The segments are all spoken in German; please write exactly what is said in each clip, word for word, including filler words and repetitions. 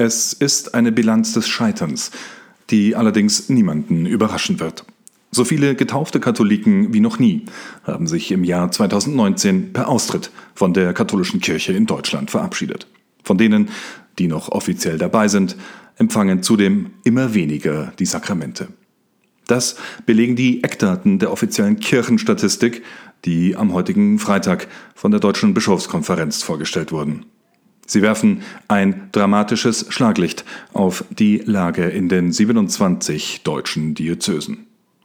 Es ist eine Bilanz des Scheiterns, die allerdings niemanden überraschen wird. So viele getaufte Katholiken wie noch nie haben sich im Jahr zweitausendneunzehn per Austritt von der katholischen Kirche in Deutschland verabschiedet. Von denen, die noch offiziell dabei sind, empfangen zudem immer weniger die Sakramente. Das belegen die Eckdaten der offiziellen Kirchenstatistik, die am heutigen Freitag von der Deutschen Bischofskonferenz vorgestellt wurden. Sie werfen ein dramatisches Schlaglicht auf die Lage in den siebenundzwanzig deutschen Diözesen.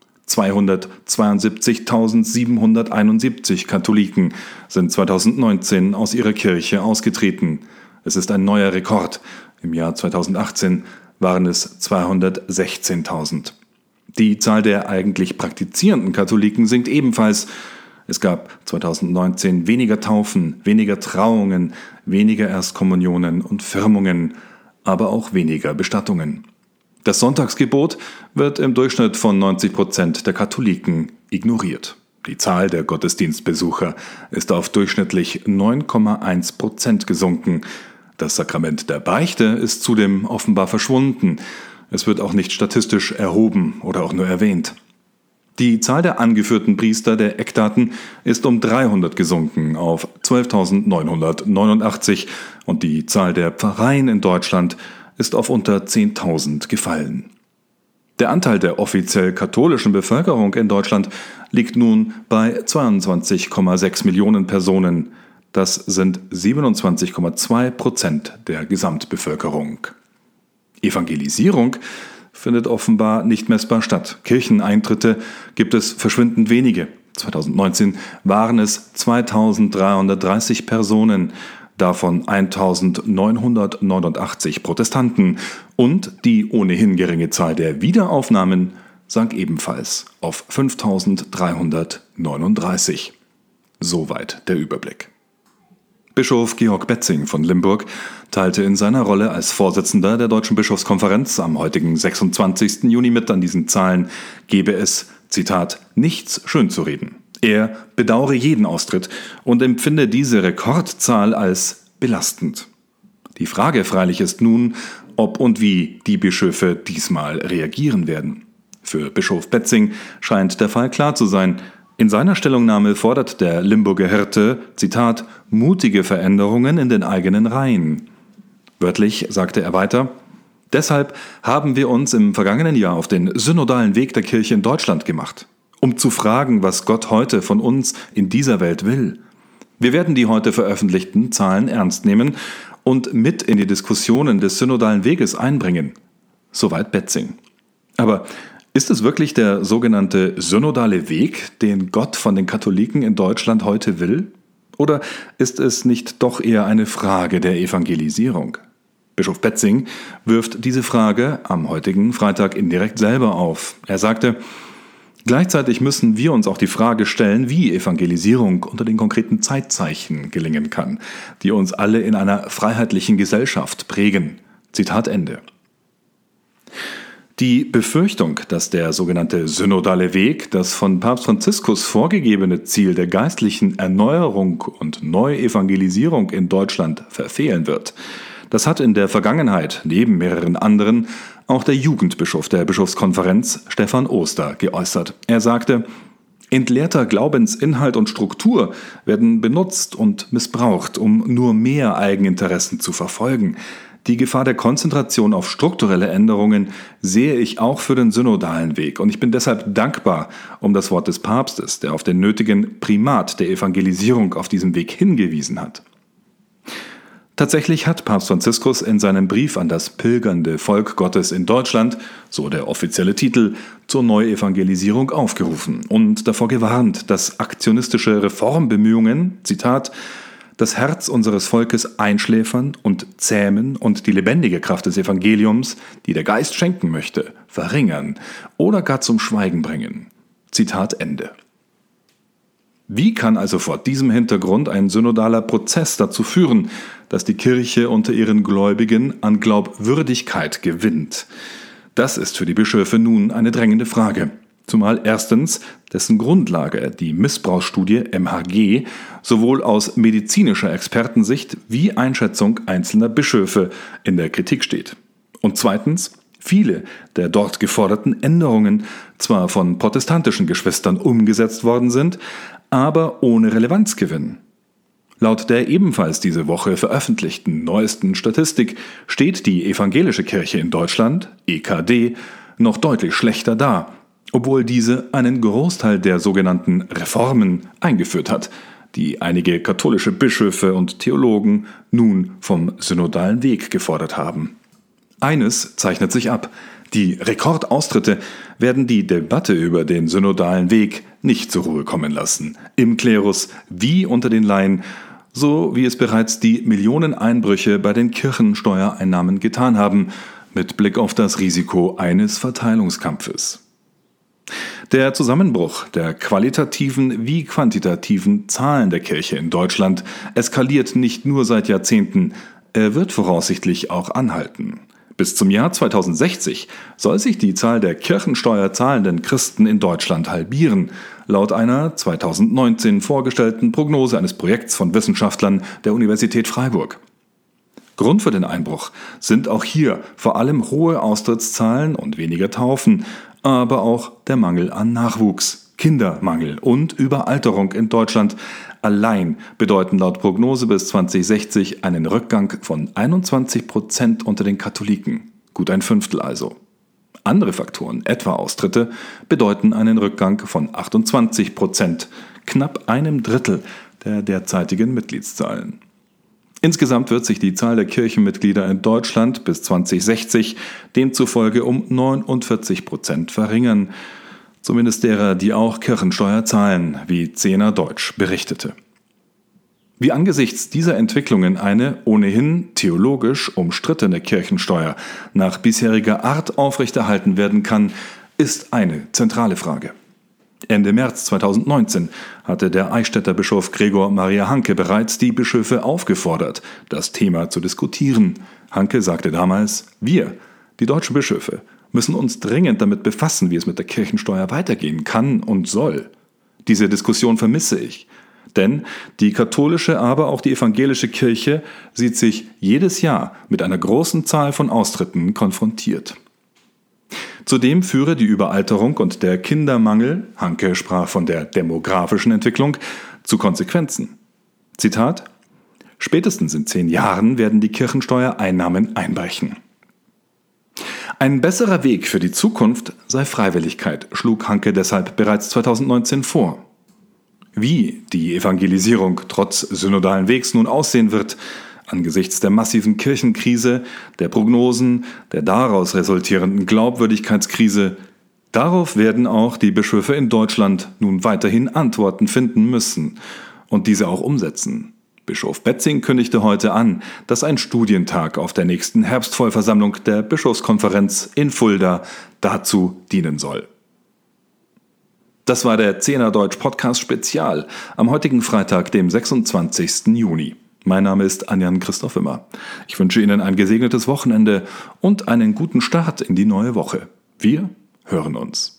zweihundertzweiundsiebzigtausendsiebenhunderteinundsiebzig Katholiken sind zweitausendneunzehn aus ihrer Kirche ausgetreten. Es ist ein neuer Rekord. Im Jahr zweitausendachtzehn waren es zweihundertsechzehntausend. Die Zahl der eigentlich praktizierenden Katholiken sinkt ebenfalls. Es gab zweitausendneunzehn weniger Taufen, weniger Trauungen, weniger Erstkommunionen und Firmungen, aber auch weniger Bestattungen. Das Sonntagsgebot wird im Durchschnitt von neunzig Prozent der Katholiken ignoriert. Die Zahl der Gottesdienstbesucher ist auf durchschnittlich neun Komma eins Prozent gesunken. Das Sakrament der Beichte ist zudem offenbar verschwunden. Es wird auch nicht statistisch erhoben oder auch nur erwähnt. Die Zahl der angeführten Priester der Eckdaten ist um dreihundert gesunken auf zwölftausendneunhundertneunundachtzig und die Zahl der Pfarreien in Deutschland ist auf unter zehntausend gefallen. Der Anteil der offiziell katholischen Bevölkerung in Deutschland liegt nun bei zweiundzwanzig Komma sechs Millionen Personen. Das sind siebenundzwanzig Komma zwei Prozent der Gesamtbevölkerung. Evangelisierung findet offenbar nicht messbar statt. Kircheneintritte gibt es verschwindend wenige. zweitausendneunzehn waren es zweitausenddreihundertdreißig Personen, davon eintausendneunhundertneunundachtzig Protestanten, und die ohnehin geringe Zahl der Wiederaufnahmen sank ebenfalls auf fünftausenddreihundertneununddreißig. Soweit der Überblick. Bischof Georg Betzing von Limburg teilte in seiner Rolle als Vorsitzender der Deutschen Bischofskonferenz am heutigen sechsundzwanzigsten Juni mit. An diesen Zahlen gebe es, Zitat, nichts schönzureden. Er bedauere jeden Austritt und empfinde diese Rekordzahl als belastend. Die Frage freilich ist nun, ob und wie die Bischöfe diesmal reagieren werden. Für Bischof Betzing scheint der Fall klar zu sein. In seiner Stellungnahme fordert der Limburger Hirte, Zitat, mutige Veränderungen in den eigenen Reihen. Wörtlich sagte er weiter: Deshalb haben wir uns im vergangenen Jahr auf den synodalen Weg der Kirche in Deutschland gemacht, um zu fragen, was Gott heute von uns in dieser Welt will. Wir werden die heute veröffentlichten Zahlen ernst nehmen und mit in die Diskussionen des synodalen Weges einbringen. Soweit Betzing. Aber ist es wirklich der sogenannte synodale Weg, den Gott von den Katholiken in Deutschland heute will? Oder ist es nicht doch eher eine Frage der Evangelisierung? Bischof Betzing wirft diese Frage am heutigen Freitag indirekt selber auf. Er sagte: Gleichzeitig müssen wir uns auch die Frage stellen, wie Evangelisierung unter den konkreten Zeitzeichen gelingen kann, die uns alle in einer freiheitlichen Gesellschaft prägen. Zitat Ende. Die Befürchtung, dass der sogenannte synodale Weg, das von Papst Franziskus vorgegebene Ziel der geistlichen Erneuerung und Neuevangelisierung in Deutschland verfehlen wird, das hat in der Vergangenheit neben mehreren anderen auch der Jugendbischof der Bischofskonferenz, Stefan Oster, geäußert. Er sagte: Entleerter Glaubensinhalt und Struktur werden benutzt und missbraucht, um nur mehr Eigeninteressen zu verfolgen. Die Gefahr der Konzentration auf strukturelle Änderungen sehe ich auch für den synodalen Weg, und ich bin deshalb dankbar um das Wort des Papstes, der auf den nötigen Primat der Evangelisierung auf diesem Weg hingewiesen hat. Tatsächlich hat Papst Franziskus in seinem Brief an das pilgernde Volk Gottes in Deutschland, so der offizielle Titel, zur Neuevangelisierung aufgerufen und davor gewarnt, dass aktionistische Reformbemühungen, Zitat, das Herz unseres Volkes einschläfern und zähmen und die lebendige Kraft des Evangeliums, die der Geist schenken möchte, verringern oder gar zum Schweigen bringen. Zitat Ende. Wie kann also vor diesem Hintergrund ein synodaler Prozess dazu führen, dass die Kirche unter ihren Gläubigen an Glaubwürdigkeit gewinnt? Das ist für die Bischöfe nun eine drängende Frage. Zumal erstens dessen Grundlage, die Missbrauchsstudie M H G, sowohl aus medizinischer Expertensicht wie Einschätzung einzelner Bischöfe in der Kritik steht. Und zweitens viele der dort geforderten Änderungen zwar von protestantischen Geschwistern umgesetzt worden sind, aber ohne Relevanzgewinn. Laut der ebenfalls diese Woche veröffentlichten neuesten Statistik steht die evangelische Kirche in Deutschland, E K D, noch deutlich schlechter da, obwohl diese einen Großteil der sogenannten Reformen eingeführt hat, die einige katholische Bischöfe und Theologen nun vom synodalen Weg gefordert haben. Eines zeichnet sich ab: Die Rekordaustritte werden die Debatte über den synodalen Weg nicht zur Ruhe kommen lassen. Im Klerus wie unter den Laien, so wie es bereits die Millioneneinbrüche bei den Kirchensteuereinnahmen getan haben, mit Blick auf das Risiko eines Verteilungskampfes. Der Zusammenbruch der qualitativen wie quantitativen Zahlen der Kirche in Deutschland eskaliert nicht nur seit Jahrzehnten, er wird voraussichtlich auch anhalten. Bis zum Jahr zweitausendsechzig soll sich die Zahl der Kirchensteuer zahlenden Christen in Deutschland halbieren, laut einer zweitausendneunzehn vorgestellten Prognose eines Projekts von Wissenschaftlern der Universität Freiburg. Grund für den Einbruch sind auch hier vor allem hohe Austrittszahlen und weniger Taufen, aber auch der Mangel an Nachwuchs, Kindermangel und Überalterung in Deutschland allein bedeuten laut Prognose bis zweitausendsechzig einen Rückgang von einundzwanzig Prozent unter den Katholiken, gut ein Fünftel also. Andere Faktoren, etwa Austritte, bedeuten einen Rückgang von achtundzwanzig Prozent, knapp einem Drittel der derzeitigen Mitgliedszahlen. Insgesamt wird sich die Zahl der Kirchenmitglieder in Deutschland bis zweitausendsechzig demzufolge um neunundvierzig Prozent verringern, zumindest derer, die auch Kirchensteuer zahlen, wie Zehner Deutsch berichtete. Wie angesichts dieser Entwicklungen eine ohnehin theologisch umstrittene Kirchensteuer nach bisheriger Art aufrechterhalten werden kann, ist eine zentrale Frage. Ende März zweitausendneunzehn hatte der Eichstätter Bischof Gregor Maria Hanke bereits die Bischöfe aufgefordert, das Thema zu diskutieren. Hanke sagte damals: Wir, die deutschen Bischöfe, müssen uns dringend damit befassen, wie es mit der Kirchensteuer weitergehen kann und soll. Diese Diskussion vermisse ich. Denn die katholische, aber auch die evangelische Kirche sieht sich jedes Jahr mit einer großen Zahl von Austritten konfrontiert. Zudem führe die Überalterung und der Kindermangel, Hanke sprach von der demografischen Entwicklung, zu Konsequenzen. Zitat: Spätestens in zehn Jahren werden die Kirchensteuereinnahmen einbrechen. Ein besserer Weg für die Zukunft sei Freiwilligkeit, schlug Hanke deshalb bereits zweitausendneunzehn vor. Wie die Evangelisierung trotz synodalen Wegs nun aussehen wird, angesichts der massiven Kirchenkrise, der Prognosen, der daraus resultierenden Glaubwürdigkeitskrise, darauf werden auch die Bischöfe in Deutschland nun weiterhin Antworten finden müssen und diese auch umsetzen. Bischof Betzing kündigte heute an, dass ein Studientag auf der nächsten Herbstvollversammlung der Bischofskonferenz in Fulda dazu dienen soll. Das war der Zehner Deutsch Podcast Spezial am heutigen Freitag, dem sechsundzwanzigsten Juni. Mein Name ist Anjan Christoph Wimmer. Ich wünsche Ihnen ein gesegnetes Wochenende und einen guten Start in die neue Woche. Wir hören uns.